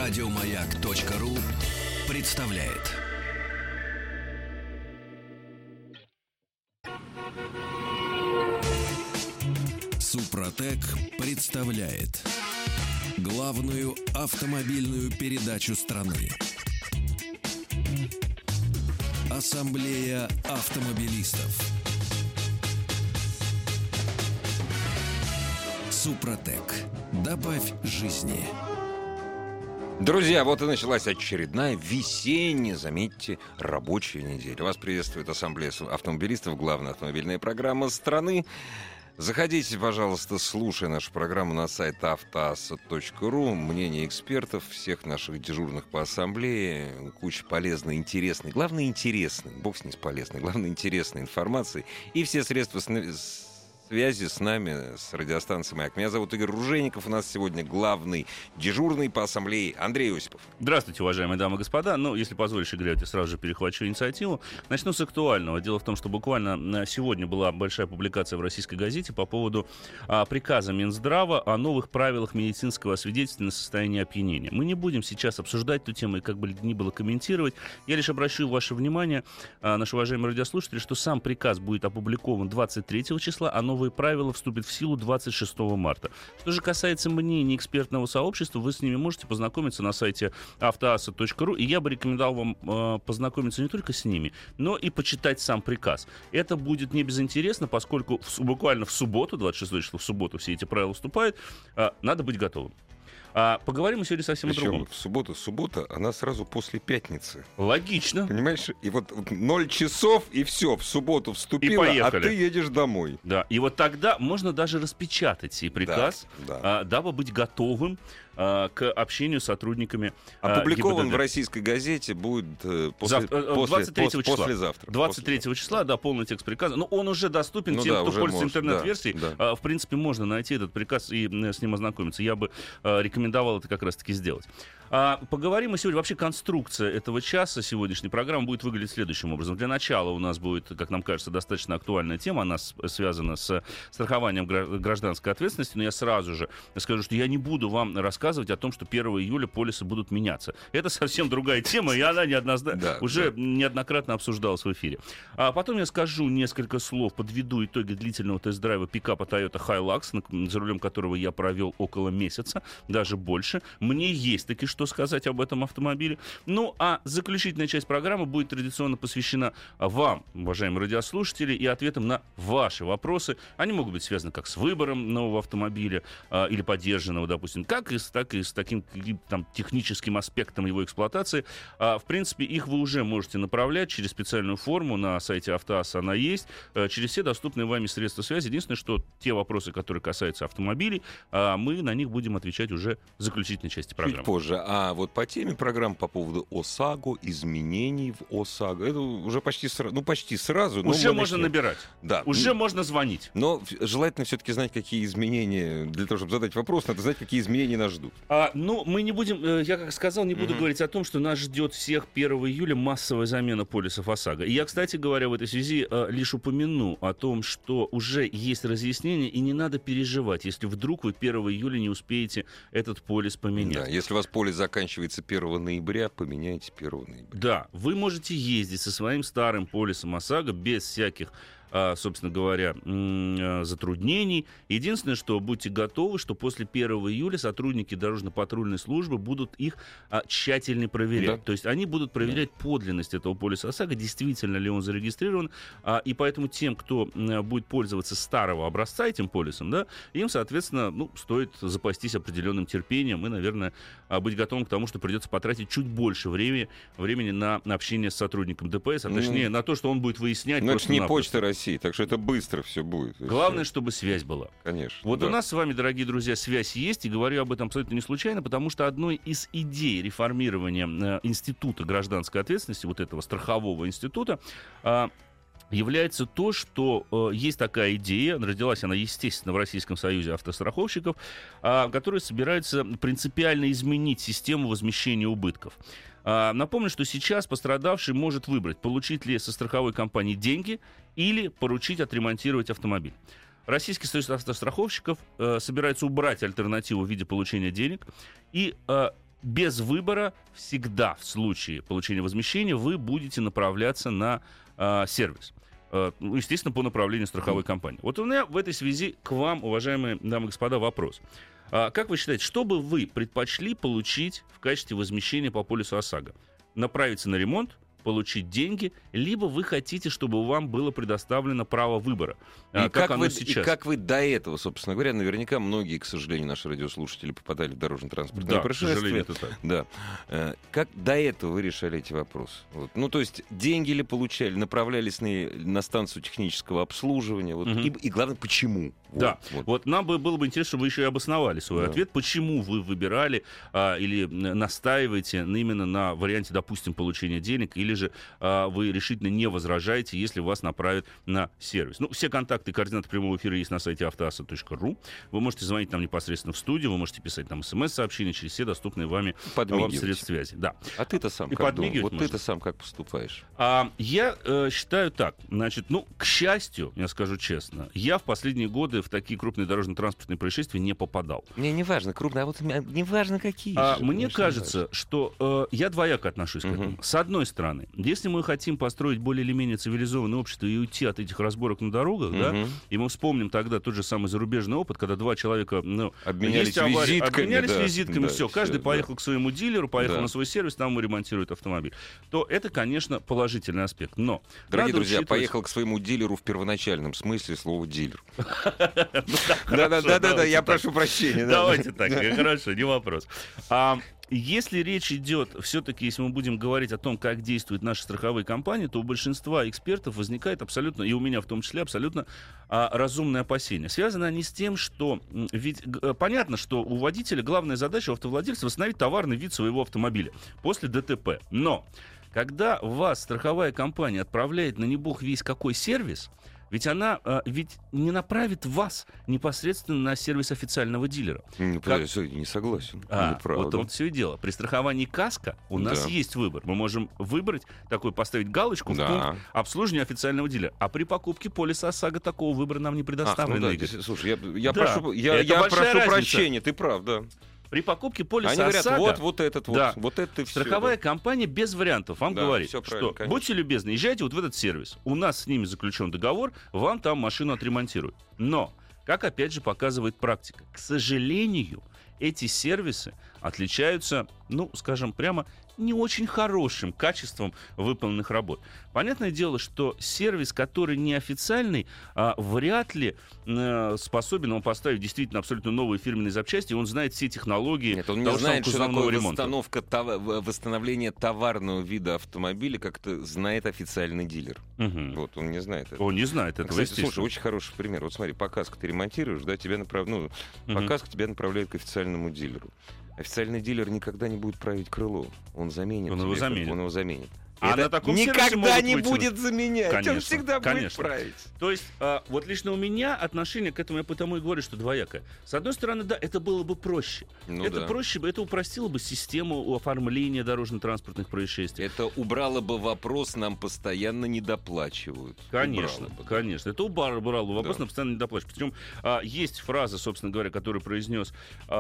Радиомаяк.ру представляет. Супротек представляет главную автомобильную передачу страны. Ассамблея автомобилистов. Супротек. Добавь жизни. Друзья, вот и началась очередная весенняя, заметьте, рабочая неделя. Вас приветствует Ассамблея автомобилистов, главная автомобильная программа страны. Заходите, пожалуйста, слушай нашу программу на сайт автоаса.ру. Мнение экспертов, всех наших дежурных по ассамблее, куча полезной, интересной, главное интересной, бог с ней с полезной, главное интересной информации и все средства связи с нами, с радиостанцией «Маяк». Меня зовут Игорь Ружейников. У нас сегодня главный дежурный по ассамблее Андрей Осипов. Здравствуйте, уважаемые дамы и господа. Если позволишь, Игорь, я сразу же перехвачу инициативу. Начну с актуального. Дело в том, что буквально сегодня была большая публикация в «Российской газете» по поводу приказа Минздрава о новых правилах медицинского освидетельствования состояния опьянения. Мы не будем сейчас обсуждать эту тему и как бы ни было комментировать. Я лишь обращу ваше внимание, наши уважаемые радиослушатели, что сам приказ будет опубликован 23 числа, а новые правила вступят в силу 26 марта. Что же касается мнений экспертного сообщества, вы с ними можете познакомиться на сайте автоаса.ру, и я бы рекомендовал вам познакомиться не только с ними, но и почитать сам приказ. Это будет не безинтересно, поскольку буквально в субботу, 26 числа, в субботу все эти правила вступают, надо быть готовым. Поговорим мы сегодня совсем о другом. В субботу, суббота, она сразу после пятницы. Логично. Понимаешь? И вот 0 часов, и все, в субботу вступила, а ты едешь домой. Да, и вот тогда можно даже распечатать сей приказ, дабы быть готовым к общению с сотрудниками опубликован ГИБДД. В «Российской газете» будет 23 числа. Послезавтра. 23 числа, да, полный текст приказа. Но он уже доступен тем, кто пользуется интернет-версией. Да. В принципе, можно найти этот приказ и с ним ознакомиться. Я бы рекомендовал это как раз-таки сделать. Поговорим мы сегодня. Вообще конструкция этого часа сегодняшней программы будет выглядеть следующим образом. Для начала у нас будет, как нам кажется, достаточно актуальная тема. Она связана с страхованием гражданской ответственности. Но я сразу же скажу, что я не буду вам рассказывать о том, что 1 июля полисы будут меняться. Это совсем другая тема, и она неоднократно обсуждалась в эфире. Потом я скажу несколько слов, подведу итоги длительного тест-драйва пикапа Toyota Hilux, за рулем которого я провел около месяца, даже больше. Мне есть таки что сказать об этом автомобиле. А заключительная часть программы будет традиционно посвящена вам, уважаемые радиослушатели, и ответам на ваши вопросы. Они могут быть связаны как с выбором нового автомобиля или подержанного, допустим, так и с таким техническим аспектом его эксплуатации. В принципе, их вы уже можете направлять через специальную форму на сайте Автоаса, она есть, через все доступные вами средства связи. Единственное, что те вопросы, которые касаются автомобилей, мы на них будем отвечать уже в заключительной части программы. Чуть позже. А вот по теме программы по поводу ОСАГО, изменений в ОСАГО, это уже почти сразу. Уже можно набирать. Да. Уже можно звонить. Но желательно все-таки знать, какие изменения, для того, чтобы задать вопрос, надо знать, какие изменения нас ждут. Мы не будем, я как сказал, не буду говорить о том, что нас ждет всех 1 июля массовая замена полисов ОСАГО. И я, кстати говоря, в этой связи лишь упомяну о том, что уже есть разъяснение, и не надо переживать, если вдруг вы 1 июля не успеете этот полис поменять. Да, если у вас полис заканчивается 1 ноября, поменяйте 1 ноября. Да, вы можете ездить со своим старым полисом ОСАГО без всяких, собственно говоря, затруднений. Единственное, что будьте готовы, что после 1 июля сотрудники дорожно-патрульной службы будут их тщательно проверять. Да. То есть они будут проверять подлинность этого полиса ОСАГО, действительно ли он зарегистрирован. И поэтому тем, кто будет пользоваться старого образца этим полисом, им, соответственно, стоит запастись определенным терпением и, наверное, быть готовым к тому, что придется потратить чуть больше времени на общение с сотрудником ДПС, точнее, на то, что он будет выяснять. Но это не Почта России, так что это быстро все будет. Главное, чтобы связь была. Конечно. Вот у нас с вами, дорогие друзья, связь есть, и говорю об этом абсолютно не случайно, потому что одной из идей реформирования института гражданской ответственности, вот этого страхового института, является то, что есть такая идея, родилась она, естественно, в Российском союзе автостраховщиков, которые собираются принципиально изменить систему возмещения убытков. Напомню, что сейчас пострадавший может выбрать, получить ли со страховой компании деньги или поручить отремонтировать автомобиль. Российский союз автостраховщиков собирается убрать альтернативу в виде получения денег и без выбора всегда в случае получения возмещения вы будете направляться на сервис. Естественно, по направлению страховой компании. Вот у меня в этой связи к вам, уважаемые дамы и господа, вопрос. Как вы считаете, что бы вы предпочли получить в качестве возмещения по полису ОСАГО? Направиться на ремонт, получить деньги, либо вы хотите, чтобы вам было предоставлено право выбора, как оно сейчас. И как вы до этого, собственно говоря, наверняка многие, к сожалению, наши радиослушатели попадали в дорожно-транспортные происшествия. К сожалению, это так. Да. Как до этого вы решали эти вопросы? Вот. Ну, то есть деньги ли получали, направлялись на станцию технического обслуживания, вот, и главное, почему? Да, вот нам было бы интересно, чтобы вы еще и обосновали свой ответ, почему вы выбирали или настаиваете именно на варианте, допустим, получения денег, или же вы решительно не возражаете, если вас направят на сервис. Ну, все контакты и координаты прямого эфира есть на сайте автоаса.ру. Вы можете звонить нам непосредственно в студию, вы можете писать нам смс-сообщения через все доступные вам средства связи. Да. А ты-то сам как думаешь? Вот ты-то сам как поступаешь? Я считаю так. Значит, к счастью, я скажу честно, я в последние годы в такие крупные дорожно-транспортные происшествия не попадал. Мне не важно, крупные, а вот не важно, какие. Мне кажется, что я двояко отношусь к этому. С одной стороны, если мы хотим построить более или менее цивилизованное общество и уйти от этих разборок на дорогах, да, и мы вспомним тогда тот же самый зарубежный опыт, когда два человека обменялись визитками, все, каждый поехал к своему дилеру, поехал на свой сервис, там ему ремонтируют автомобиль, то это, конечно, положительный аспект. Но, дорогие друзья, поехал к своему дилеру в первоначальном смысле слова «дилер». Да, я прошу прощения. Давайте так, хорошо, не вопрос. Если речь идет, все-таки, если мы будем говорить о том, как действуют наши страховые компании, то у большинства экспертов возникает абсолютно, и у меня в том числе, абсолютно разумное опасение. Связаны они с тем, что ведь понятно, что у водителя главная задача у автовладельца восстановить товарный вид своего автомобиля после ДТП. Но когда вас страховая компания отправляет на не бог весь какой сервис, ведь она не направит вас непосредственно на сервис официального дилера. Не согласен. Вот тут все и дело. При страховании КАСКО у нас есть выбор. Мы можем выбрать, поставить галочку в пункт обслуживания официального дилера. А при покупке полиса ОСАГО такого выбора нам не предоставлено. Слушай, я прошу прощения, ты прав, да. При покупке полиса ОСАГО... Они говорят, вот это страховая компания без вариантов вам говорит, что конечно. Будьте любезны, езжайте вот в этот сервис. У нас с ними заключен договор, вам там машину отремонтируют. Но, как опять же показывает практика, к сожалению, эти сервисы отличаются, скажем прямо, не очень хорошим качеством выполненных работ. Понятное дело, что сервис, который неофициальный, вряд ли способен он поставить действительно абсолютно новые фирменные запчасти, он знает все технологии. Нет, он не знает, что такое восстановление товарного вида автомобиля, как это знает официальный дилер. Вот, он не знает этого. Он не знает этого, кстати, слушай, очень хороший пример. Вот смотри, по КАСКО ты ремонтируешь, да, по КАСКО тебя направляют к официальному дилеру. Официальный дилер никогда не будет править крыло. Он его заменит. А на таком никогда не будет заменять. Конечно, он всегда будет править. То есть, вот лично у меня отношение к этому, я потому и говорю, что двоякое. С одной стороны, да, это было бы проще. Проще бы, это упростило бы систему оформления дорожно-транспортных происшествий. Это убрало бы вопрос, нам постоянно недоплачивают. Конечно. Это убрало бы вопрос, нам постоянно недоплачивают. Причем есть фраза, собственно говоря, которую произнес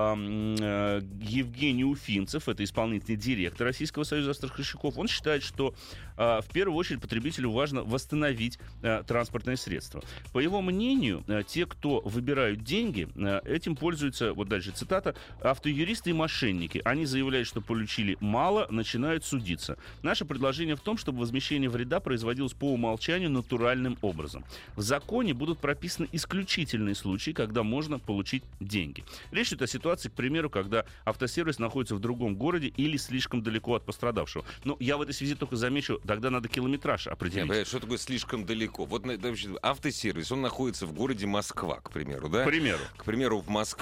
Евгений Уфимцев, это исполнительный директор Российского союза автостраховщиков. Он считает, что в первую очередь потребителю важно восстановить транспортное средство. По его мнению, те, кто выбирают деньги, этим пользуются, вот дальше цитата, автоюристы и мошенники. Они заявляют, что получили мало, начинают судиться. Наше предложение в том, чтобы возмещение вреда производилось по умолчанию натуральным образом. В законе будут прописаны исключительные случаи, когда можно получить деньги. Речь идет о ситуации, к примеру, когда автосервис находится в другом городе или слишком далеко от пострадавшего. Но я в этой связи только замечу, тогда надо километраж определить. Что такое слишком далеко? Вот автосервис, он находится в городе Москва, к примеру, да? К примеру,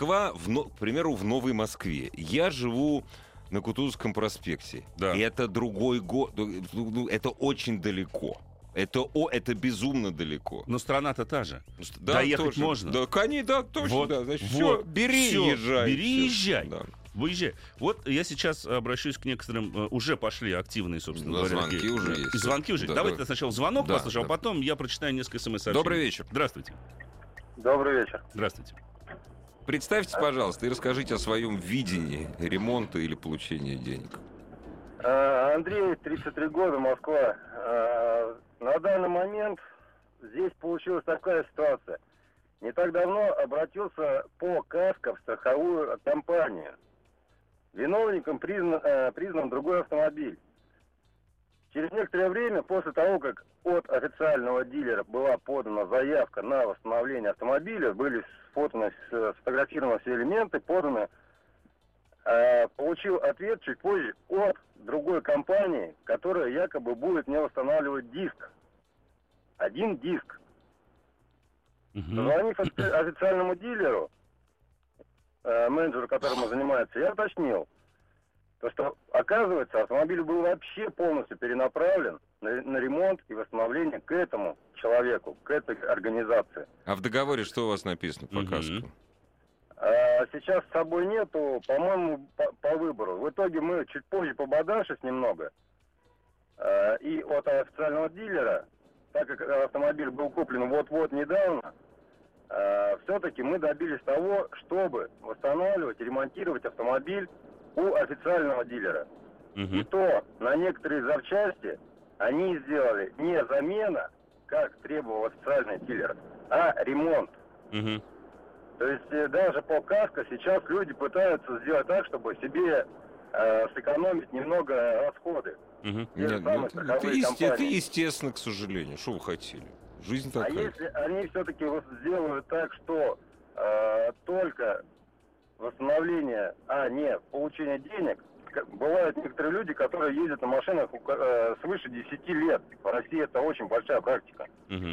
в Новой Москве. Я живу на Кутузовском проспекте. Да. И это другой город. Это очень далеко. Это безумно далеко. Но страна-то та же. Доехать тоже можно. Да, точно. Значит, все, бери, езжай. Да. Выезжай. Вот я сейчас обращусь к некоторым, уже пошли активные, собственно говоря. Звонки уже есть. Звонки уже. Давайте сначала звонок послушаем, а потом я прочитаю несколько смс-сообщений. Добрый вечер. Здравствуйте. Добрый вечер. Здравствуйте. Представьтесь, пожалуйста, и расскажите о своем видении ремонта или получения денег. Андрей, 33 года, Москва. На данный момент здесь получилась такая ситуация. Не так давно обратился по КАСКО в страховую компанию. Виновником признан другой автомобиль. Через некоторое время, после того, как от официального дилера была подана заявка на восстановление автомобиля, были сфотографированы все элементы, поданы, получил ответ чуть позже от другой компании, которая якобы будет мне восстанавливать диск. Один диск. Позвонив официальному дилеру, менеджеру, которому занимается, я уточнил, то, что, оказывается, автомобиль был вообще полностью перенаправлен на ремонт и восстановление к этому человеку, к этой организации. А в договоре что у вас написано по КАСКО? Сейчас с собой нету, по-моему, по выбору. В итоге мы чуть позже, пободавшись немного, и от официального дилера, так как автомобиль был куплен вот-вот недавно, все-таки мы добились того, чтобы восстанавливать и ремонтировать автомобиль у официального дилера. И то на некоторые запчасти они сделали не замена, как требовал официальный дилер, а ремонт. То есть даже по КАСКО сейчас люди пытаются сделать так, чтобы себе сэкономить немного расходы. Нет, это естественно, к сожалению. Что вы хотели? Жизнь такая. А если они все-таки сделают так, что только восстановление, а не получение денег, бывают некоторые люди, которые ездят на машинах свыше 10 лет. В России это очень большая практика.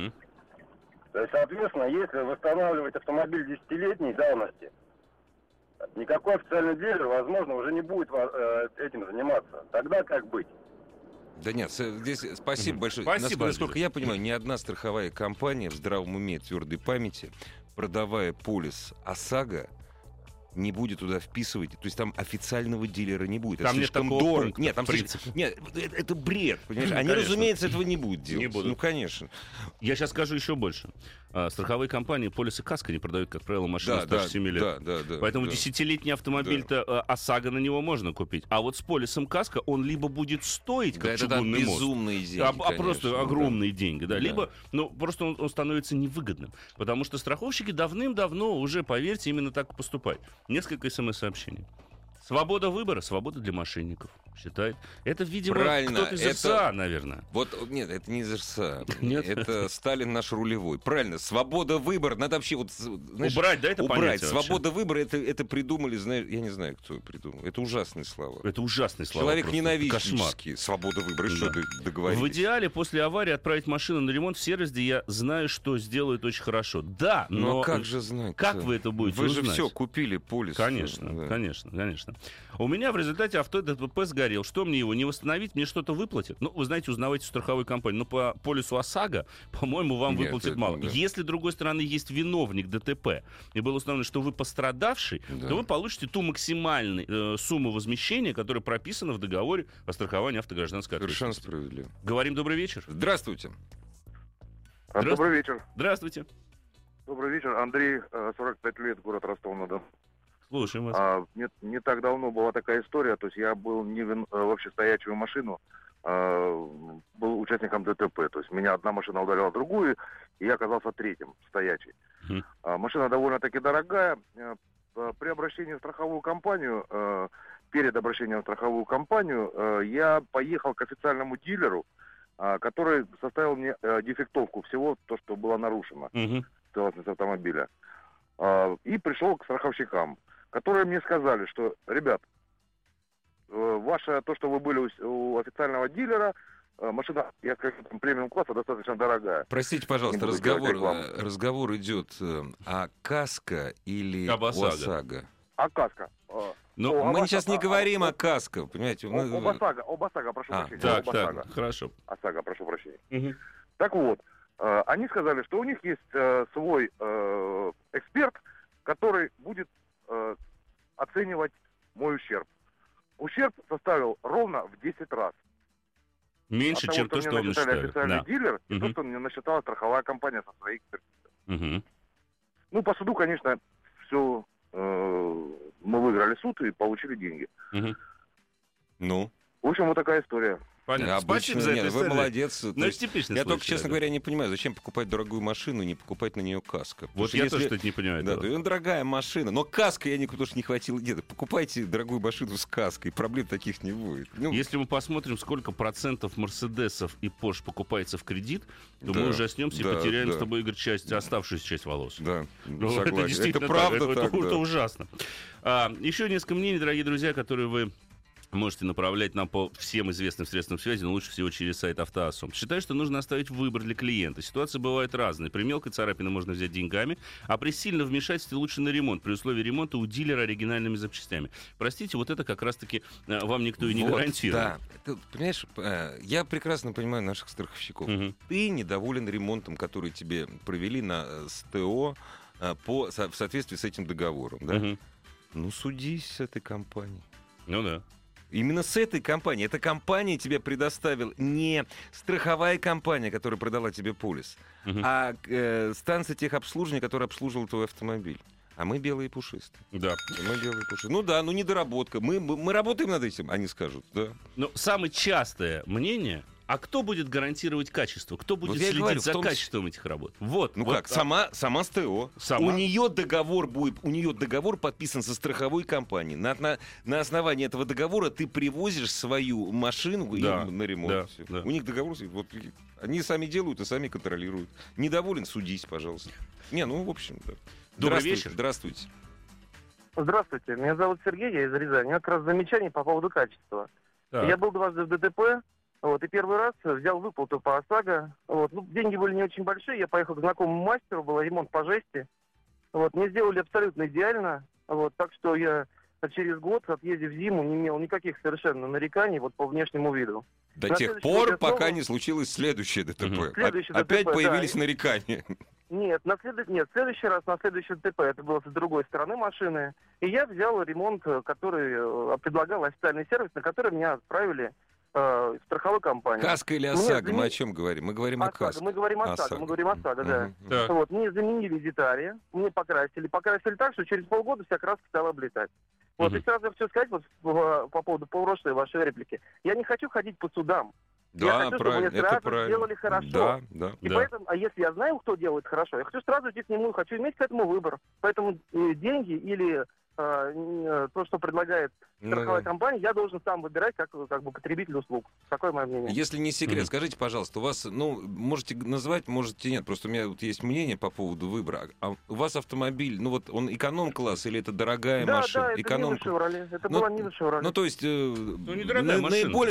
То есть, соответственно, если восстанавливать автомобиль 10-летней давности, никакой официальный дилер, возможно, уже не будет этим заниматься. Тогда как быть? Да нет, здесь спасибо большое. Спасибо, насколько я понимаю, ни одна страховая компания в здравом уме, твердой памяти, продавая полис ОСАГО, не будет туда вписывать, то есть там официального дилера не будет. Там это нет слишком такого дорого. пункта, Нет, там в принципе. нет, это бред, понимаешь? Они, Конечно. разумеется, этого не будут делать. Не будут. Ну, конечно. Я сейчас скажу еще больше. Страховые компании полисы КАСКО не продают, как правило, машины старше 7 лет. Да, Поэтому 10-летний автомобиль-то ОСАГО на него можно купить. А вот с полисом КАСКО он либо будет стоить, как это там чугунный мост, безумные деньги, а просто конечно, огромные деньги, да. Либо, просто он становится невыгодным. Потому что страховщики давным-давно уже, поверьте, именно так поступают. Несколько смс-сообщений. Свобода выбора, свобода для мошенников, считает. Это, видимо, правильно, кто-то из РСА, наверное. Вот, нет, это не из РСА. Нет? Это Сталин наш рулевой. Правильно, свобода выбора. Надо вообще знаешь, Убрать, да, это убрать. понятие вообще? Свобода выбора, это придумали, знаешь, я не знаю, кто придумал. Это ужасные слова. Это ужасные слова. Человек просто. ненавистнический. Свобода выбора. Что договорились? В идеале после аварии отправить машину на ремонт в сервис, где я знаю, что сделают очень хорошо. Да, но как же знать? как вы это будете Вы же узнать? все купили полис. Конечно, Да. конечно. У меня в результате авто ДТП сгорел. Что мне его не восстановить? Мне что-то выплатят? Ну, вы знаете, узнавайте в страховой компании. Но по полису ОСАГО, по-моему, вам Нет, выплатят это мало. да. Если, с другой стороны, есть виновник ДТП, и было установлено, что вы пострадавший, Да. то вы получите ту максимальную сумму возмещения, которая прописана в договоре о страховании автогражданской Совершенно ответственности. справедливо. Говорим добрый вечер. Здравствуйте. Добрый вечер. Здравствуйте. Добрый вечер. Андрей, 45 лет, город Ростов-на-Дону. Слушаем вас. Не так давно была такая история, то есть я был вообще стоячую машину, был участником ДТП, то есть меня одна машина ударила в другую, и я оказался третьим, стоячий. Машина довольно-таки дорогая. При обращении в страховую компанию, перед обращением в страховую компанию, я поехал к официальному дилеру, который составил мне дефектовку всего, то, что было нарушено, целостность автомобиля. И пришел к страховщикам, которые мне сказали, что, ребят, ваше, то, что вы были у официального дилера, машина, я скажу, премиум-класса достаточно дорогая. Простите, пожалуйста, Не буду делать рекламу. разговор идет о КАСКО или Об о ОСАГО. ОСАГО? А КАСКО? Ну, Мы сейчас не говорим о КАСКО, понимаете? Об ОСАГО, прошу прощения. Так, об ОСАГО. хорошо. ОСАГО, прошу прощения. Так вот, они сказали, что у них есть свой эксперт, который будет оценивать мой ущерб. Ущерб составил ровно в 10 раз. Меньше, чем то, что мне вам насчитали насчитали. официальный Да. дилер, и то, что мне насчитала страховая компания со своей экспертизой. Ну, по суду, конечно, все мы выиграли суд и получили деньги. Ну? В общем, вот такая история. Понятно. Спасибо за это. Вы молодец. Ну, это типичный я случай, только, честно говоря, не понимаю, зачем покупать дорогую машину и не покупать на нее каско. Вот я тоже что-то не понимаю. Да, дорогая машина, но каска я потому что не хватило где-то. Покупайте дорогую машину с каской, проблем таких не будет. Ну, если мы посмотрим, сколько процентов Мерседесов и Порш покупается в кредит, то мы ужаснемся и потеряем с тобой, Игорь, оставшуюся часть волос. Да, согласен. Это действительно это правда так. Это ужасно. Еще несколько мнений, дорогие друзья, которые вы можете направлять нам по всем известным средствам связи, но лучше всего через сайт Автоасом. Считаю, что нужно оставить выбор для клиента. Ситуации бывают разные. При мелкой царапине можно взять деньгами, а при сильном вмешательстве лучше на ремонт, при условии ремонта у дилера оригинальными запчастями. Простите, вот это как раз-таки вам никто и не гарантирует. Да, ты понимаешь, я прекрасно понимаю наших страховщиков. Ты недоволен ремонтом, который тебе провели на СТО в соответствии с этим договором. Да? Ну, судись с этой компанией. Ну да. Именно с этой компанией. Эта компания тебе предоставила не страховая компания, которая продала тебе полис, а станция техобслуживания, которая обслуживала твой автомобиль. А мы белые и пушистые. Да. Мы белые и пушистые. Ну да, недоработка. Мы работаем над этим, они скажут, да. Но самое частое мнение... А кто будет гарантировать качество? Кто будет следить за качеством этих работ? Вот. Ну как, сама СТО. У нее договор подписан со страховой компанией. На основании этого договора ты привозишь свою машину на ремонт. Да. У них договор, вот, они сами делают и сами контролируют. Недоволен, судись, пожалуйста. В общем, да. Добрый вечер. Здравствуйте. Здравствуйте, меня зовут Сергей, я из Рязани. У меня как раз замечание по поводу качества. Так. Я был дважды в ДТП. И первый раз взял выплату по ОСАГО. Деньги были не очень большие, я поехал к знакомому мастеру, был ремонт по жести. Мне сделали абсолютно идеально. Так что я через год, отъездив в зиму, не имел никаких совершенно нареканий по внешнему виду. До тех пор, пока не случилось следующее ДТП. Опять появились нарекания. Нет, в следующий раз, на следующий ДТП, это было с другой стороны машины. И я взял ремонт, который предлагал официальный сервис, на который меня отправили страховой компании. Каска или ОСАГО? Мы о чем говорим? Мы говорим о каске. Мы говорим о ОСАГО, да. Мне заменили детали, мне покрасили так, что через полгода вся краска стала облетать. И сразу я хочу сказать по поводу прошлой вашей реплики. Я не хочу ходить по судам. Да, я хочу, правильно, чтобы мне сразу сделали хорошо. Да. Поэтому, а если я знаю, кто делает хорошо, я хочу сразу идти к нему, хочу иметь к этому выбор. Поэтому деньги или то, что предлагает страховая компания, я должен сам выбирать как потребитель услуг. Такое мое мнение. Если не секрет, скажите, пожалуйста, у вас, можете назвать, можете нет, просто у меня есть мнение по поводу выбора. А у вас автомобиль, он эконом-класс или это дорогая машина? Да, это не Шевроле. Это была не Шевроле. То есть недорогая машина. наиболее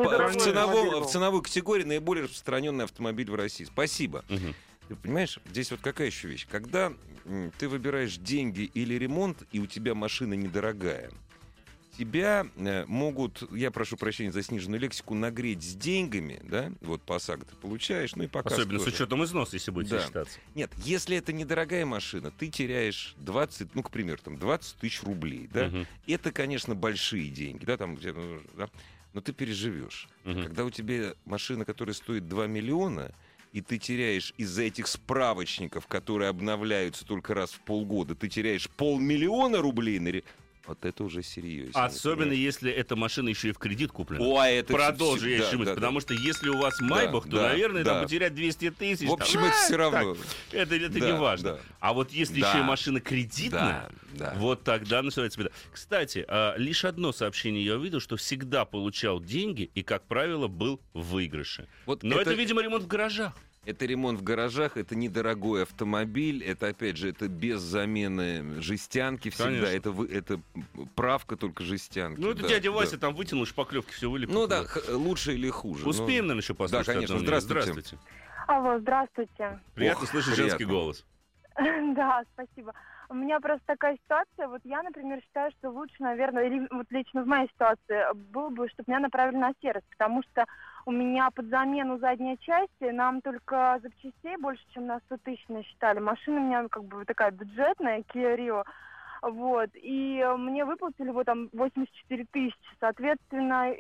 в ценовой категории наиболее распространенный автомобиль в России. Спасибо. Ты понимаешь, здесь какая еще вещь? Когда ты выбираешь деньги или ремонт, и у тебя машина недорогая, тебя могут, я прошу прощения за сниженную лексику, нагреть с деньгами, да, по ОСАГО ты получаешь, и по каске особенно тоже. с учетом износа, если будете считаться. Нет, если это недорогая машина, ты теряешь 20, к примеру, 20 тысяч рублей, да, это, конечно, большие деньги, да, но ты переживешь. Когда у тебя машина, которая стоит 2 миллиона, и ты теряешь из-за этих справочников, которые обновляются только раз в полгода, ты теряешь 500 000 рублей вот это уже серьезно. Особенно если эта машина еще и в кредит куплена. Это продолжу я еще мысль, потому что если у вас Майбах, то, наверное, там потерять 200 тысяч. В общем, это все равно. Это не важно. Да. А вот если еще и машина кредитная, вот тогда называется беда. Кстати, лишь одно сообщение я увидел, что всегда получал деньги и, как правило, был в выигрыше. Но это, видимо, ремонт в гаражах. Это ремонт в гаражах, это недорогой автомобиль, это, опять же, это без замены жестянки всегда, это правка только жестянки. Это дядя Вася там вытянул шпаклевки, все вылепил. Лучше или хуже. Успеем, наверное, еще послушать. Да, конечно, здравствуйте. Алло, здравствуйте. Приятно слышать женский голос. Да, спасибо. У меня просто такая ситуация, я, например, считаю, что лучше, наверное, или лично в моей ситуации, было бы, чтобы меня направили на сервис, потому что у меня под замену задней части нам только запчастей больше, чем на 100 тысяч насчитали. Машина у меня такая бюджетная, Kia Rio, и мне выплатили 84 тысячи, соответственно,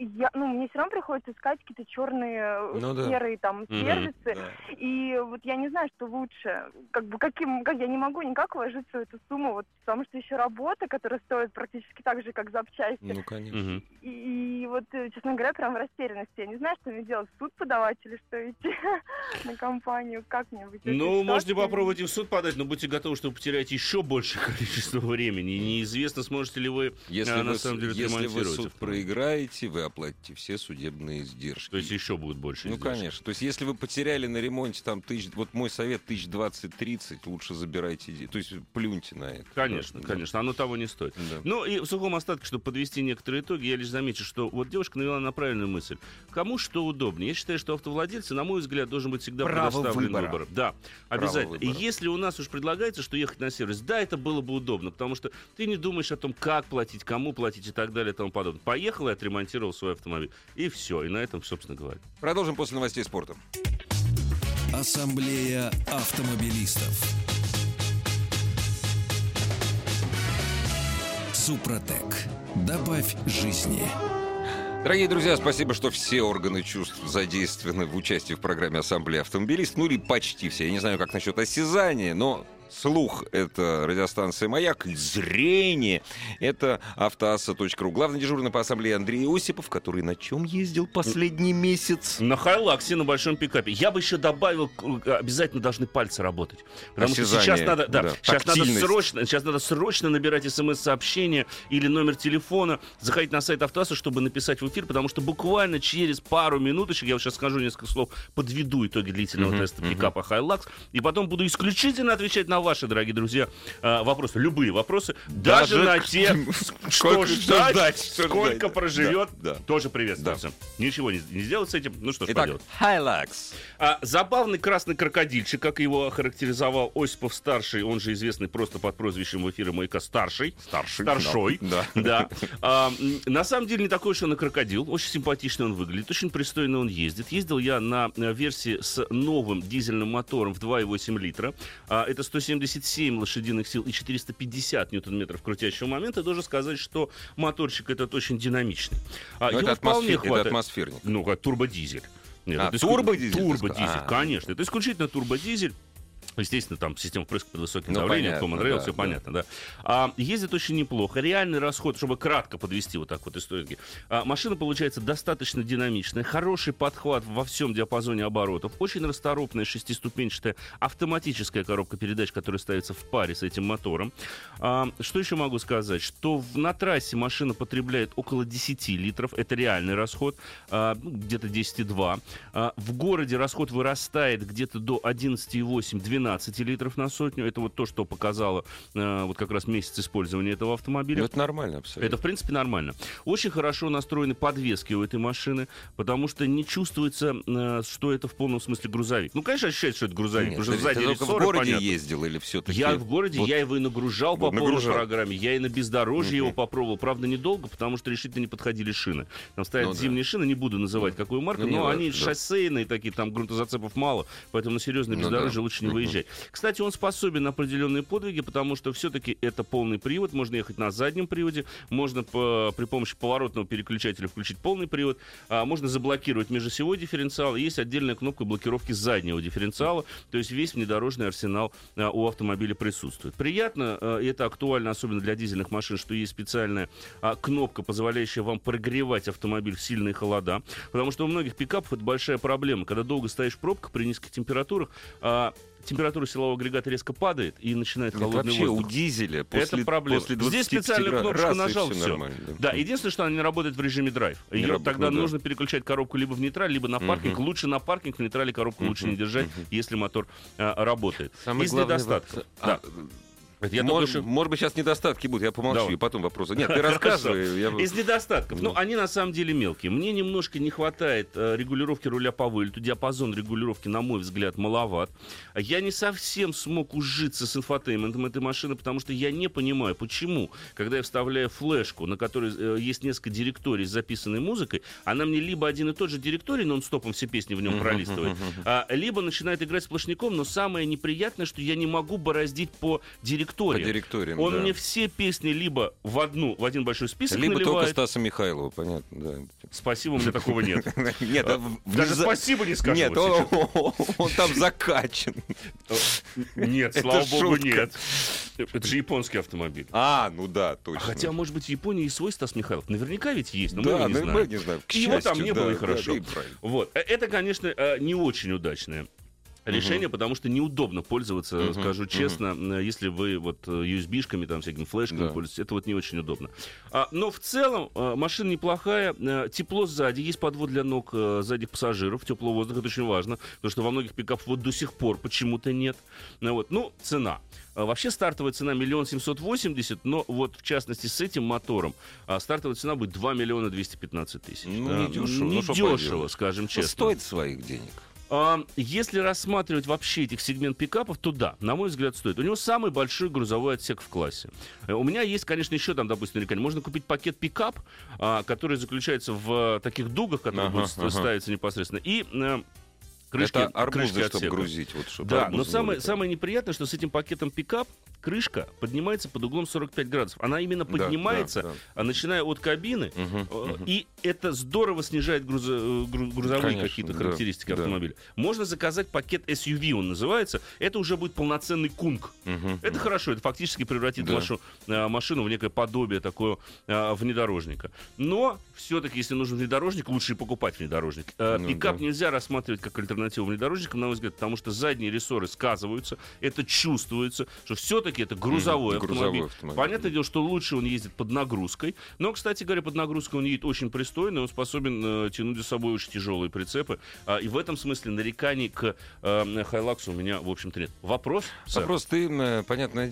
мне все равно приходится искать какие-то черные, серые там сервисы. И вот я не знаю, что лучше. Я не могу никак вложиться в эту сумму, вот, потому что еще работа, которая стоит практически так же, как запчасти. Ну, конечно. И вот, честно говоря, прям в растерянности. Я не знаю, что мне делать, в суд подавать или что, идти на компанию, как мне быть? Ну, можете попробовать и в суд подать, но будьте готовы, что вы потеряете еще большее количество времени. И неизвестно, сможете ли вы на самом деле если вы ремонтировать. суд проиграете, вы оплатите все судебные издержки. То есть еще будет больше издержек. Ну, конечно. То есть если вы потеряли на ремонте там вот мой совет 20-30, лучше забирайте, то есть плюньте на это. Конечно, конечно, оно того не стоит. Да. Ну и в сухом остатке, чтобы подвести некоторые итоги, я лишь замечу, что вот девушка навела на правильную мысль. Кому что удобнее? Я считаю, что автовладельцы, на мой взгляд, должен быть всегда предоставлен выбор. Да, обязательно. И если у нас уж предлагается, что ехать на сервис, да, это было бы удобно, потому что ты не думаешь о том, как платить, кому платить и так далее и тому подобное. Поехал и отремонтировал свой автомобиль. И все. И на этом, собственно говоря. Продолжим после новостей спорта. Ассамблея автомобилистов. Супротек. Добавь жизни. Дорогие друзья, спасибо, что все органы чувств задействованы в участии в программе «Ассамблея автомобилистов». Ну или почти все. Я не знаю, как насчет осязания, но слух — это радиостанция «Маяк», зрение — это автоасса.ру. Главный дежурный по ассамблее Андрей Осипов, который на чем ездил последний месяц? На Хайлаксе, на большом пикапе. Я бы еще добавил, обязательно должны пальцы работать. Потому что сейчас надо срочно набирать смс-сообщение или номер телефона, заходить на сайт Автоасса, чтобы написать в эфир, потому что буквально через пару минуточек, я вот сейчас скажу несколько слов, подведу итоги длительного теста пикапа Хайлакс, и потом буду исключительно отвечать на ваши, дорогие друзья, вопросы. Любые вопросы. Даже на те, что ждать, сколько проживет, тоже приветствуется. Ничего не сделать с этим. Ну что ж поделать. Хайлакс. Забавный красный крокодильчик, как его охарактеризовал Осипов-старший, он же известный просто под прозвищем в эфире «Маяка» Старший. Старшой. Да. На самом деле не такой уж он и крокодил. Очень симпатично он выглядит, очень пристойно он ездит. Ездил я на версии с новым дизельным мотором в 2,8 литра. Это 177 лошадиных сил и 450 ньютон-метров крутящего момента. Должен сказать, что моторчик этот очень динамичный. Это атмосферник. Ну, как турбодизель. Турбодизель? Турбодизель, конечно. Это исключительно турбодизель. Естественно, там система впрыска под высоким давлением, Common Rail, все понятно, да. Ездит очень неплохо. Реальный расход, чтобы кратко подвести вот так вот истории. Машина получается достаточно динамичная, хороший подхват во всем диапазоне оборотов, очень расторопная шестиступенчатая автоматическая коробка передач, которая ставится в паре с этим мотором. Что еще могу сказать? Что на трассе машина потребляет около 10 литров, это реальный расход, где-то 10,2. В городе расход вырастает где-то до 11,8-12 литров на сотню. Это вот то, что показало вот как раз месяц использования этого автомобиля. Но это нормально абсолютно. Это, в принципе, нормально. Очень хорошо настроены подвески у этой машины, потому что не чувствуется, что это в полном смысле грузовик. Ну, конечно, ощущается, что это грузовик. Нет, ты только в городе ездил или все-таки? Я в городе, я его и нагружал по полной программе. Я и на бездорожье его попробовал. Правда, недолго, потому что решительно не подходили шины. Там стоят зимние шины, не буду называть какую марку, но они шоссейные такие, там грунтозацепов мало, поэтому на серьезное бездорожье лучше не выезжать. Кстати, он способен на определенные подвиги, потому что все-таки это полный привод, можно ехать на заднем приводе, можно при помощи поворотного переключателя включить полный привод, можно заблокировать межосевой дифференциал, есть отдельная кнопка блокировки заднего дифференциала, то есть весь внедорожный арсенал у автомобиля присутствует. Приятно, и это актуально особенно для дизельных машин, что есть специальная кнопка, позволяющая вам прогревать автомобиль в сильные холода, потому что у многих пикапов это большая проблема, когда долго стоишь в пробках при низких температурах, температура силового агрегата резко падает и начинает холодный вообще воздух. У дизеля после 20 Здесь специальную кнопочку нажал, все. Да, Да, единственное, что она не работает в режиме драйв. Ее тогда нужно переключать коробку либо в нейтраль, либо на паркинг. Лучше на паркинг, в нейтрале коробку лучше не держать, если мотор работает. Из недостатков. Может быть, сейчас недостатки будут, я помолчу, и потом вопросы. Нет, ты рассказывай. Из недостатков. Ну, они на самом деле мелкие. Мне немножко не хватает регулировки руля по вылету. Диапазон регулировки, на мой взгляд, маловат. Я не совсем смог ужиться с инфотейментом этой машины, потому что я не понимаю, почему, когда я вставляю флешку, на которой есть несколько директорий с записанной музыкой, она мне либо один и тот же директорий нон-стопом все песни в нем пролистывает, либо начинает играть сплошняком, но самое неприятное, что я не могу бороздить по директории директориям. По директориям, Он да. мне все песни либо в один большой список Либо наливает. только Стаса Михайлова, понятно, да. Спасибо, у меня такого нет. Нет, Даже спасибо не скажу. Нет, вот сейчас. он там закачан. Нет, Это слава богу, шутка. нет. Это же японский автомобиль. Ну да, точно. Хотя, может быть, в Японии и свой Стас Михайлов. Наверняка ведь есть, но мы его не знаем. мы не знаем. К Его там счастью, не было, да, и хорошо. да, и правильно. Вот. Это, конечно, не очень удачное решение, потому что неудобно пользоваться, скажу честно, если вы вот USB-шками, там, всякими флешками пользуетесь, это вот не очень удобно. Но в целом машина неплохая, тепло сзади, есть подвод для ног задних пассажиров, теплого воздуха, это очень важно, потому что во многих пикапах вот до сих пор почему-то нет. Вот. Ну, цена. Вообще стартовая цена 1 780 000, но вот в частности с этим мотором стартовая цена будет 2 215 000. Ну, не дешево. Не Ну, что дешево, поделаешь. скажем честно. Стоит своих денег. Если рассматривать вообще этих сегмент пикапов, то да, на мой взгляд, стоит. У него самый большой грузовой отсек в классе. У меня есть, конечно, еще там, допустим, нарекания. Можно купить пакет пикап, который заключается в таких дугах, которые будут ставиться непосредственно, и крышки, Это арбузы, крышки чтобы отсека. грузить. Вот, чтобы Да, арбузы но вылетали. самое неприятное, что с этим пакетом пикап крышка поднимается под углом 45 градусов. Она именно Да, поднимается, да. начиная от кабины, и это здорово снижает грузовые Конечно, какие-то да, характеристики да. автомобиля. Можно заказать пакет SUV, он называется. Это уже будет полноценный кунг. Это хорошо, это фактически превратит Да. вашу машину в некое подобие такого внедорожника. Но все-таки, если нужен внедорожник, лучше и покупать внедорожник. Пикап да. нельзя рассматривать как альтернативу внедорожникам, на мой взгляд, потому что задние рессоры сказываются, это чувствуется, что все-таки это грузовой автомобиль. Понятное дело, что лучше он ездит под нагрузкой, но, кстати говоря, под нагрузкой он едет очень пристойно, он способен тянуть за собой очень тяжелые прицепы, и в этом смысле нареканий к Хайлаксу у меня, в общем-то, нет. Вопрос? Сэр? Вопрос, ты, понятное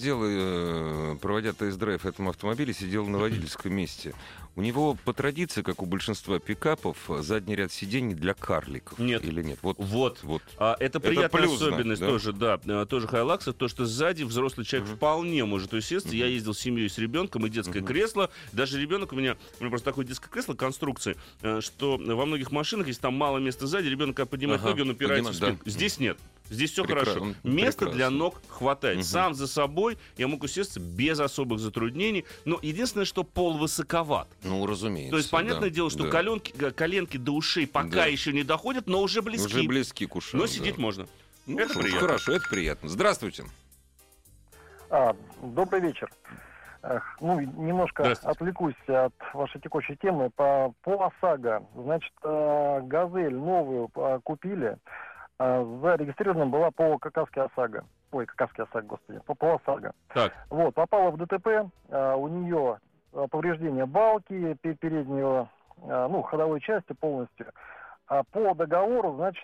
дело, проводя тест-драйв этому автомобилю, сидел на водительском месте. У него по традиции, как у большинства пикапов, задний ряд сидений для карликов. Нет. Или нет? Вот. Вот. Это приятная плюс, особенность да? тоже, да, тоже Хайлакса, то, что сзади взрослый человек вполне может усесться. Я ездил с семьей, с ребенком, и детское кресло. Даже ребенок у меня просто такое детское кресло конструкции, что во многих машинах, если там мало места сзади, ребенок, когда поднимает ноги, он упирается в спинку. Да. Здесь нет. Здесь все Прекрасно. хорошо. Места Прекрасно. для ног хватает. Сам за собой я мог усесться без особых затруднений. Но единственное, что пол высоковат. Ну, разумеется. То есть, понятное дело, что коленки до ушей пока еще не доходят, но уже близки. Уже близки к ушам. Но сидеть можно. Ну, это приятно. Хорошо, это приятно. Здравствуйте. Добрый вечер. Немножко Здравствуйте. отвлекусь от вашей текущей темы. По ОСАГО. Значит, «Газель» новую купили. Зарегистрирована была по Какавской ОСАГО. По ОСАГО. Так. Вот, попала в ДТП. У нее повреждение балки, переднего, ходовой части полностью. По договору, значит,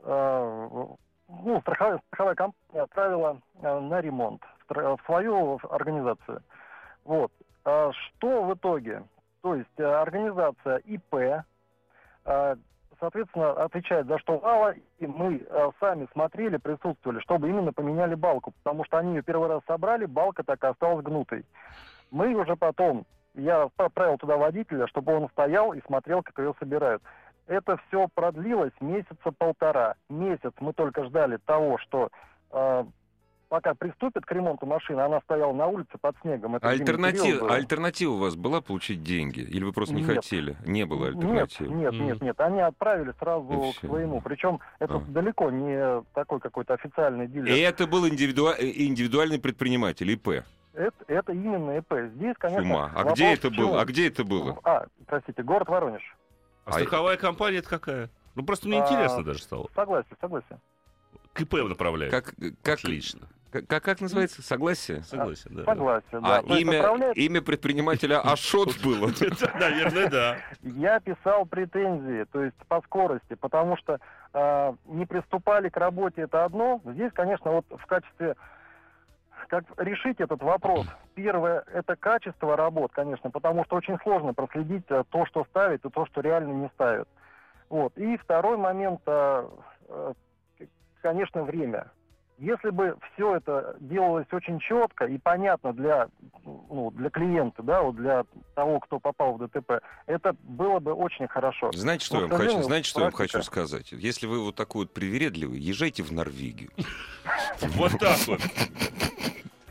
страховая компания отправила на ремонт в свою организацию. Вот. Что в итоге? То есть организация ИП, соответственно, отвечает за что мало, и мы сами смотрели, присутствовали, чтобы именно поменяли балку, потому что они ее первый раз собрали, балка так и осталась гнутой. Мы уже потом, я отправил туда водителя, чтобы он стоял и смотрел, как ее собирают. Это все продлилось месяца полтора. Месяц мы только ждали того, что пока приступят к ремонту машины, она стояла на улице под снегом. Это Альтернатива у вас была получить деньги? Или вы просто не Нет. хотели? Не было альтернативы? Нет. Они отправили сразу к своему. Причем это далеко не такой какой-то официальный дилер. И это был индивидуальный предприниматель, ИП? Это именно ИП. Здесь, конечно... Ума. А где это было? Простите, город Воронеж. А страховая компания это какая? Ну, просто мне интересно даже стало. Согласен. К ИП направляют. Отлично. Как называется? Согласие? Согласен, да. Согласен, да. Имя предпринимателя Ашот было? Наверное, да. Я писал претензии, то есть по скорости, потому что не приступали к работе, это одно. Здесь, конечно, вот в качестве... Как решить этот вопрос? Первое, это качество работ, конечно, потому что очень сложно проследить то, что ставят, и то, что реально не ставят. Вот. И второй момент, конечно, время. Если бы все это делалось очень четко и понятно для клиента, да, для того, кто попал в ДТП, это было бы очень хорошо. Знаете, что я вам хочу сказать? Если вы вот такой вот привередливый, езжайте в Норвегию. Вот так вот.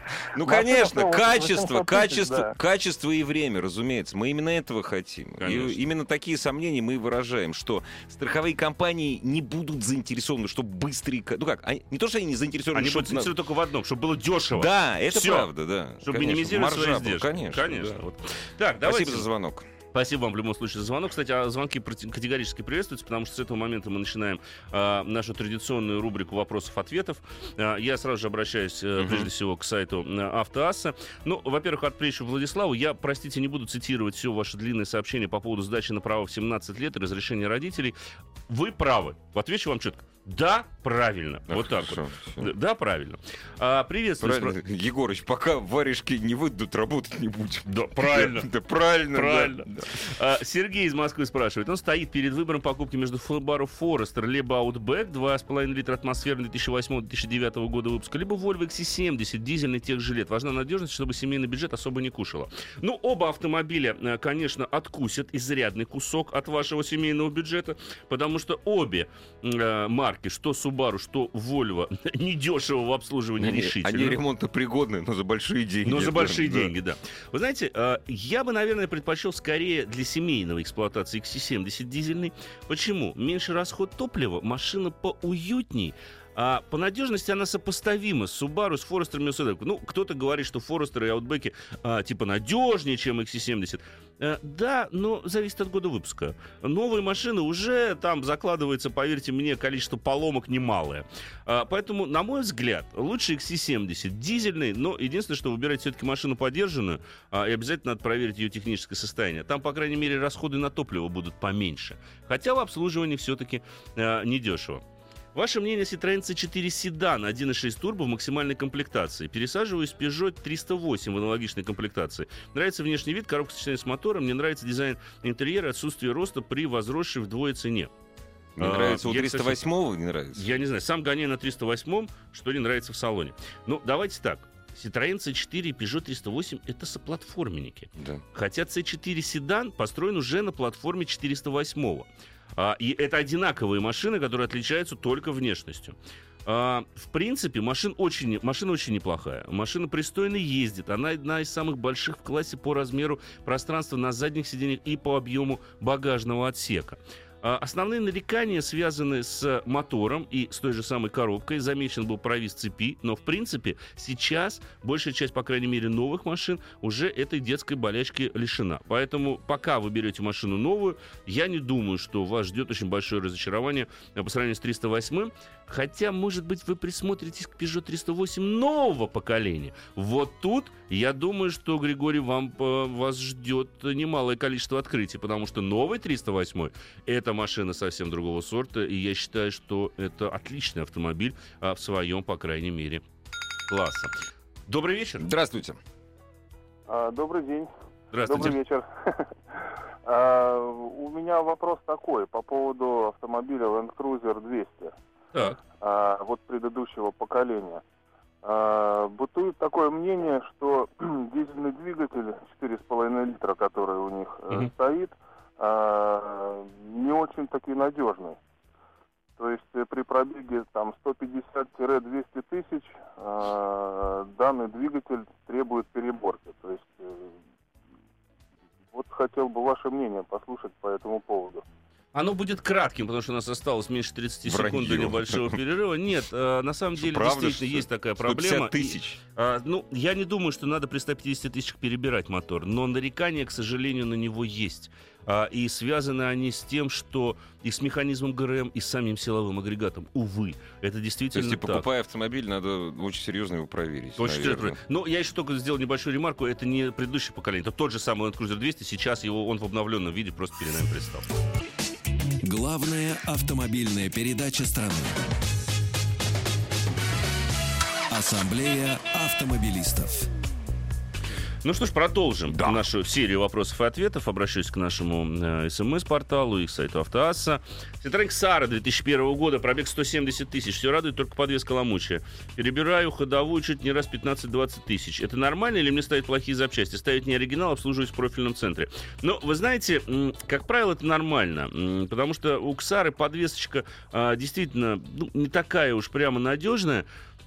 Ну, Машина конечно, снова качество, 800 тысяч, да. качество и время, разумеется. Мы именно этого хотим. Конечно. И именно такие сомнения мы выражаем, что страховые компании не будут заинтересованы, чтобы быстрые... Ну как, не то, что они не заинтересованы, Они чтобы... будут заинтересованы только в одном, чтобы было дешево. Да, это Всё. правда, да. Чтобы Конечно. минимизировать свои Маржа была, издержки. Конечно. да. Вот. Так, давайте. Спасибо за звонок. Спасибо вам в любом случае за звонок. Кстати, звонки категорически приветствуются, потому что с этого момента мы начинаем нашу традиционную рубрику вопросов-ответов. Я сразу же обращаюсь, прежде всего, к сайту Автоасса. Ну, во-первых, отвечу Владиславу. Я, простите, не буду цитировать все ваше длинное сообщение по поводу сдачи на права в 17 лет и разрешения родителей. Вы правы. Отвечу вам четко. Да, правильно. Вот так Хорошо, вот. всё. Да, правильно. Приветствую. Правильно. Егорыч, пока варежки не выйдут, работать не будем. Да, правильно. Да, правильно. Правильно. Да. Сергей из Москвы спрашивает. Он стоит перед выбором покупки между Subaru Forester либо Outback 2,5 литра атмосферный 2008-2009 года выпуска, либо Volvo XC70 дизельный тех же лет. Важна надежность, чтобы семейный бюджет особо не кушало. Ну, оба автомобиля, конечно, откусят изрядный кусок от вашего семейного бюджета, потому что обе марки, что Subaru, что Volvo, недешево в обслуживании решительно. Они ремонтопригодны, но за большие деньги. Но за большие Да. деньги, да. Вы знаете, я бы, наверное, предпочел скорее для семейного эксплуатации XC70 дизельный. Почему? Меньше расход топлива, машина поуютней. А по надежности она сопоставима с Subaru, с Forester и Outback. Ну, кто-то говорит, что Forester и Outback типа надежнее, чем XC70. Да, но зависит от года выпуска. Новые машины уже там закладывается, поверьте мне, количество поломок немалое. Поэтому, на мой взгляд, лучше XC70 дизельный, но единственное, что выбирать все-таки машину подержанную, и обязательно надо проверить ее техническое состояние. Там, по крайней мере, расходы на топливо будут поменьше. Хотя в обслуживании все-таки недешево. Ваше мнение о Citroёn C4 седан 1.6 турбо в максимальной комплектации. Пересаживаюсь в Peugeot 308 в аналогичной комплектации. Нравится внешний вид, коробка сочетания с мотором. Мне нравится дизайн интерьера, отсутствие роста при возросшей вдвое цене. Мне нравится у я, 308-го, не нравится? Я не знаю, сам гоняю на 308-м, что ли нравится в салоне. Ну, давайте так. Citroёn C4 и Peugeot 308 — это соплатформенники. Да. Хотя C4 седан построен уже на платформе 408-го. И это одинаковые машины, которые отличаются только внешностью. В принципе, машина очень неплохая. Машина пристойно ездит. Она одна из самых больших в классе по размеру пространства на задних сиденьях и по объему багажного отсека. Основные нарекания связаны с мотором и с той же самой коробкой. Замечен был провис цепи, но, в принципе, сейчас большая часть, по крайней мере, новых машин уже этой детской болячки лишена. Поэтому, пока вы берете машину новую, я не думаю, что вас ждет очень большое разочарование по сравнению с 308-м. Хотя, может быть, вы присмотритесь к Peugeot 308 нового поколения. Вот тут, я думаю, что, Григорий, вас ждет немалое количество открытий, потому что новый 308 — это машина совсем другого сорта, и я считаю, что это отличный автомобиль в своем, по крайней мере, классе. Добрый вечер. Здравствуйте. Добрый день. Здравствуйте. Добрый вечер. У меня вопрос такой по поводу автомобиля Land Cruiser 200. Так. Вот предыдущего поколения. Бытует такое мнение, что дизельный двигатель 4,5 литра, который у них стоит, не очень таки надежный. То есть при пробеге там 150-200 тысяч данный двигатель требует переборки. То есть вот хотел бы ваше мнение послушать по этому поводу. Оно будет кратким, потому что у нас осталось меньше 30 секунд до Вранье. небольшого перерыва. Нет, на самом деле, Правда, действительно что есть такая проблема. 150 тысяч. Ну, я не думаю, что надо при 150 тысячах перебирать мотор, но нарекания, к сожалению, на него есть. И связаны они с тем, что и с механизмом ГРМ, и с самим силовым агрегатом. Увы, это То действительно есть, так. покупая автомобиль, надо очень серьезно его проверить. Очень наверное. серьезно. Но я еще только сделал небольшую ремарку. Это не предыдущее поколение. Это тот же самый Land Cruiser 200. Сейчас он в обновленном виде просто перед нами предстал. Главная автомобильная передача страны. Ассамблея автомобилистов. Ну что ж, продолжим нашу серию вопросов и ответов. Обращусь к нашему СМС-порталу и к сайту Автоасса. Citroёn Xara 2001 года, пробег 170 тысяч. Все радует, только подвеска ломучая. Перебираю ходовую чуть не раз 15-20 тысяч. Это нормально или мне ставят плохие запчасти? Ставить не оригинал, обслуживаюсь в профильном центре. Но вы знаете, как правило, это нормально. Потому что у Xara подвесочка действительно не такая уж прямо надежная.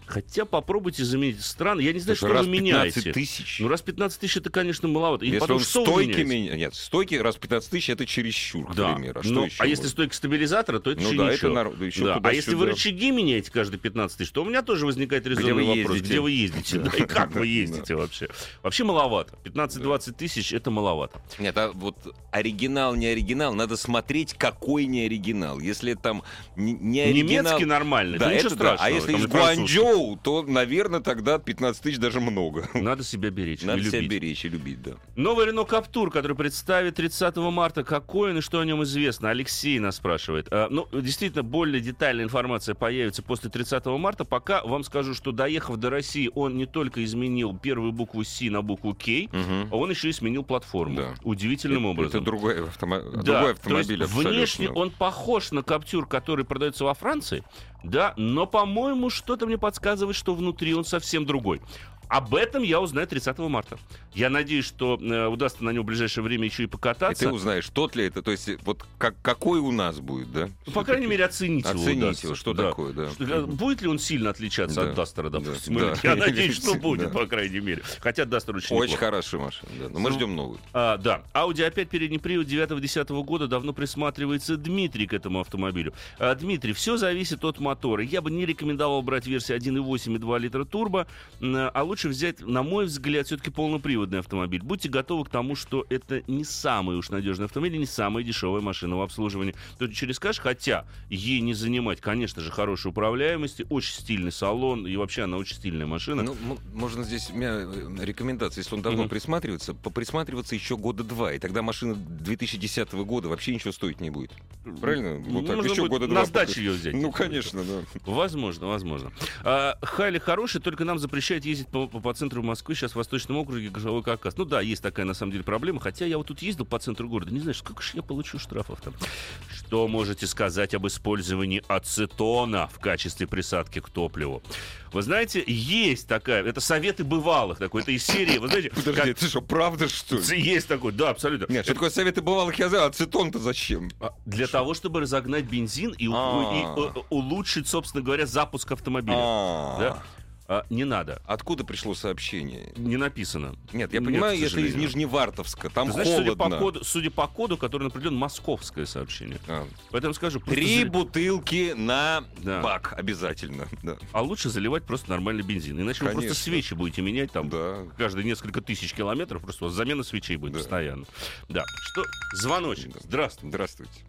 Хотя попробуйте заменить. Странно. Я не знаю, что раз вы меняете. 15 тысяч. Ну, раз 15 тысяч, это, конечно, маловато. И Если потом, он что вы стойки меняете? Нет, стойки раз 15 тысяч это чересчур, к Да. примеру. Но, Что еще если будет? стойка стабилизатора, то это Ну еще да, ничего. это еще Да. А туда-сюда. если вы рычаги меняете каждые 15 тысяч, то у меня тоже возникает резонный вы вопрос. ездите? Где вы ездите? Да, и как вы ездите вообще? Вообще маловато. 15-20 тысяч — это маловато. Нет, а вот оригинал, не оригинал, надо смотреть, какой не оригинал. Если там не оригинал... Немецкий нормальный, Да, то ничего это да. страшного. А если там из и французский. Гуанчжоу, то, наверное, тогда 15 тысяч даже много. Надо себя беречь. Надо и себя любить. беречь и любить, да. Новый Renault Captur, который представит 30 марта. Какой он и что о нем известно? Алексей нас спрашивает. Ну, действительно, более детальная информация появится после 30 марта. Пока вам скажу, что, доехав до России, он не только изменил первую букву «С» на букву «К», а он еще и сменил платформу. Да. Удивительным образом. Это другой Да, автомобиль то есть абсолютно. внешне он похож на Captur, который продается во Франции, да, но, по-моему, что-то мне подсказывает, что внутри он совсем другой. Об этом я узнаю 30 марта. Я надеюсь, что удастся на нем в ближайшее время еще и И покататься. ты узнаешь, тот ли это, то есть вот какой у нас будет, да? Ну, по крайней мере, оценить его Оценить удастся. его, что Да. такое, да. Будет ли он сильно отличаться Да. от Дастера, Да. допустим? Да. Я надеюсь, что будет, Да. по крайней мере. Хотя Дастер очень Очень неплох. хорошая машина, да. Но мы ждем новую. Да, Audi A5 передний привод 9-10 года, давно присматривается Дмитрий к этому автомобилю. Дмитрий, все зависит от мотора. Я бы не рекомендовал брать версии 1.8 и 2 литра турбо, а лучше взять, на мой взгляд, все-таки полноприводный автомобиль. Будьте готовы к тому, что это не самый уж надежный автомобиль, не самая дешевая машина в обслуживании. Тут через скажешь, хотя ей не занимать, конечно же, хорошей управляемости, очень стильный салон, и вообще она очень стильная машина. Ну, можно здесь, у меня рекомендация, если он давно присматривается, поприсматриваться еще года 2, и тогда машина 2010 года вообще ничего стоить не будет. Правильно? Вот так, Можно еще будет года на 2. сдачу ее взять. Ну, конечно, да. Возможно. Хайли хороший, только нам запрещают ездить по центру Москвы, сейчас в Восточном округе Грозовой Кавказ. Ну да, есть такая на самом деле проблема, хотя я вот тут ездил по центру города, не знаю, сколько же я получу штрафов там. Что можете сказать об использовании ацетона в качестве присадки к топливу? Вы знаете, есть такая, это советы бывалых, такой, это из серии, вы знаете... Подожди, это что, правда, что ли? Есть такой, да, абсолютно. Нет, что такое советы бывалых, я знаю, ацетон-то зачем? Для того, чтобы разогнать бензин и улучшить, собственно говоря, запуск автомобиля. Да? Не надо. Откуда пришло сообщение? Не написано. Нет, я понимаю, к если из сожалению. Нижневартовска, там Ты знаешь, холодно. судя по коду, который определен, московское сообщение. Поэтому скажу... 3 бутылки на Да. бак обязательно. Да. А лучше заливать просто нормальный бензин. Иначе вы Конечно. просто свечи будете менять там Да. каждые несколько тысяч километров. Просто у вас замена свечей будет Да. постоянно. Да. Что? Звоночек. Да. Здравствуйте. Здравствуйте.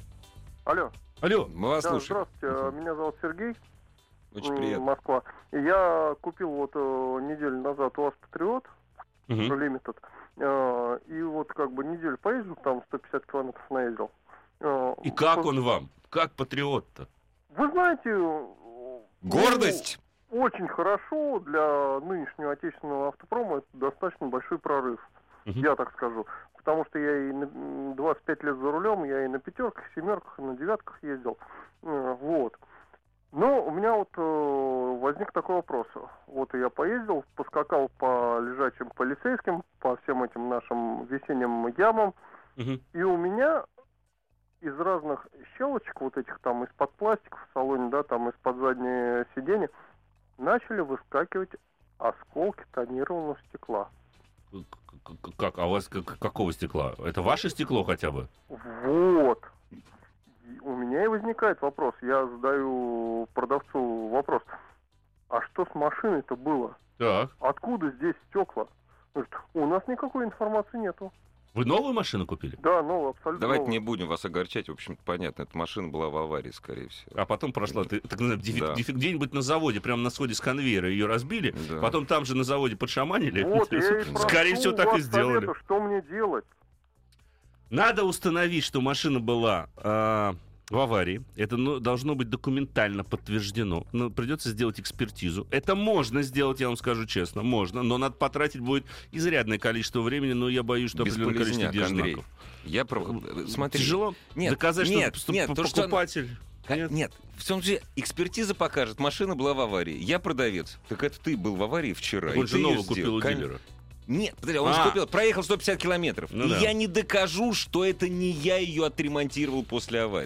Алло. Алло. Мы вас Да, слушаем. здравствуйте. Меня зовут Сергей. Очень приятно. Москва. И я купил вот неделю назад УАЗ Патриот Мгм. Limited. И вот как бы неделю поездил, там 150 километров наездил. И как он вам? Как патриот-то? Вы знаете... Гордость! Очень хорошо для нынешнего отечественного автопрома, это достаточно большой прорыв, я так скажу. Потому что я и 25 лет за рулем, я и на пятерках, семерках, и на девятках ездил. Вот. Но у меня вот возник такой вопрос. Вот я поездил, поскакал по лежачим полицейским, по всем этим нашим весенним ямам, и у меня из разных щелочек, вот этих там из-под пластика в салоне, да, там из-под заднего сиденья, начали выскакивать осколки тонированного стекла. Как? А у вас какого стекла? Это ваше стекло хотя бы? Вот. И у меня и возникает вопрос. Я задаю продавцу вопрос. А что с машиной-то было? Так. Откуда здесь стекла? Говорит, у нас никакой информации нету. Вы новую машину купили? Да, новую, абсолютно Давайте новую. не будем вас огорчать. В общем-то, понятно, эта машина была в аварии, скорее всего. А потом прошла, Да. где-нибудь на заводе, прямо на сходе с конвейера ее разбили, Да. потом там же на заводе подшаманили. Вот, я и Скорее прошу всего, так вас и сделали. совета, что мне делать? Надо установить, что машина была в аварии. Это должно быть документально подтверждено. Но придется сделать экспертизу. Это можно сделать, я вам скажу честно, можно, но надо потратить будет изрядное количество времени, но я боюсь, что определенное количество Бесполезняк, Андрей. денежнаков. Смотри. Тяжело Нет, доказать, нет, что нет, то, что покупатель... Нет, в том же экспертиза покажет, машина была в аварии. Я продавец. Так это ты был в аварии вчера. Он и же ты её новую купил у сделал. дилера. Нет, подожди, он же купил, проехал 150 километров. Ну и да. я не докажу, что это не я ее отремонтировал после аварии.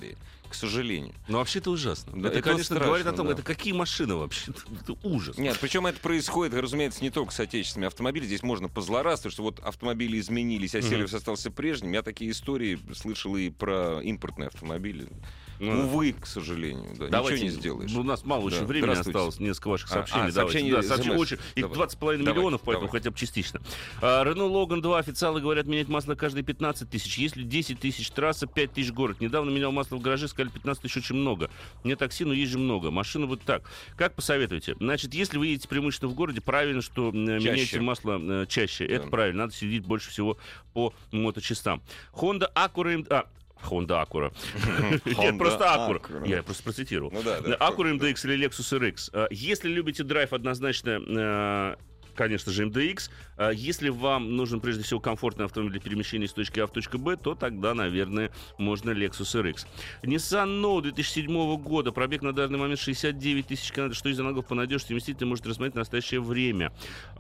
к сожалению. Ну, вообще это ужасно. Да, это, это конечно, страшно, говорит о том, да. это какие машины вообще? Это ужас. Нет, причем это происходит, разумеется, не только с отечественными автомобилями. Здесь можно позлорадствовать, что вот автомобили изменились, а сервис остался прежним. Я такие истории слышал и про импортные автомобили. Увы, к сожалению. Да, Давайте, ничего не сделаешь. У нас мало очень времени осталось, несколько ваших сообщений. сообщений сообщений SMS. очень. Их Давай. 20,5 миллионов, поэтому хотя бы частично. Рено Логан 2. Официалы говорят, менять масло каждые 15 тысяч. Если 10 тысяч трасса, 5 тысяч город. Недавно менял масло в гараже, сказали, 15 тысяч очень много. Мне такси, но езжу много. Машина вот так. Как посоветуете? Значит, если вы едете преимущественно в городе, правильно, что меняете масло чаще. Это правильно. Надо следить больше всего по моточастам. Honda Acura... Honda Acura. Нет, просто Acura. Я просто процитировал. Acura MDX или Lexus RX. Если любите драйв, однозначно, конечно же, MDX. Если вам нужен, прежде всего, комфортный автомобиль для перемещения с точки А в точку Б, то тогда, наверное, можно Lexus RX. Nissan Note 2007 года. Пробег на данный момент 69 тысяч километров. Что из аналогов по надежности вместителя можете рассмотреть в настоящее время.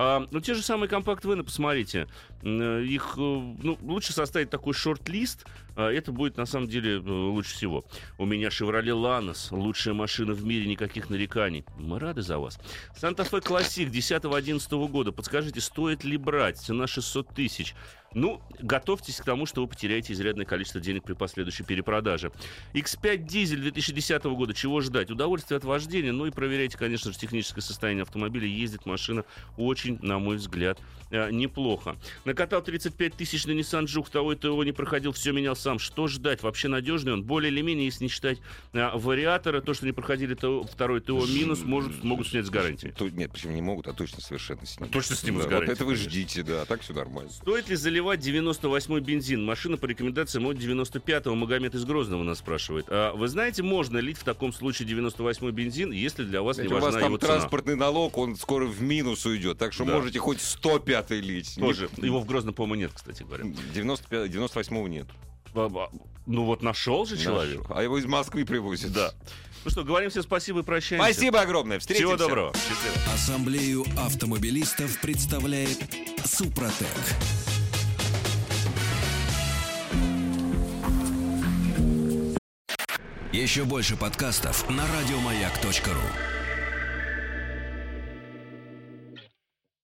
Те же самые компакт-вены, посмотрите. Их лучше составить такой шорт-лист. Это будет, на самом деле, лучше всего. У меня Chevrolet Lanos. Лучшая машина в мире, никаких нареканий. Мы рады за вас. Santa Fe Classic 10-11 года. Подскажите, стоит ли брать? Цена 600 тысяч. Готовьтесь к тому, что вы потеряете изрядное количество денег при последующей перепродаже. X5 дизель 2010 года. Чего ждать? Удовольствие от вождения. И проверяйте, конечно же, техническое состояние автомобиля. Ездит машина очень, на мой взгляд, неплохо. Накатал 35 тысяч на Nissan Juke. Второй ТО не проходил, все менял сам. Что ждать? Вообще надежный он? Более или менее, если не считать вариатора. То, что не проходили второй ТО минус, могут снять с гарантии. Нет, почему не могут, а точно совершенно снимут. Точно снимут с Вот гарантии. это вы ждите, да, а так все нормально. Стоит ли заливать 98-й бензин? Машина по рекомендациям от 95-го. Магомед из Грозного нас спрашивает. Вы знаете, можно лить в таком случае 98-й бензин, если для вас не важна его цена? У вас там транспортный налог, он скоро в минус уйдет, так что можете хоть 105-й лить. Тоже. Его в Грозном, по-моему, нет, кстати говоря. 98-го нет. Нашел же человек. А его из Москвы привозят. Да. Ну что, говорим всем спасибо и прощаемся. Спасибо огромное. Встретимся. Всего доброго. Счастливо. Ассамблею автомобилистов представляет Супротек. Еще больше подкастов на радиомаяк.ру.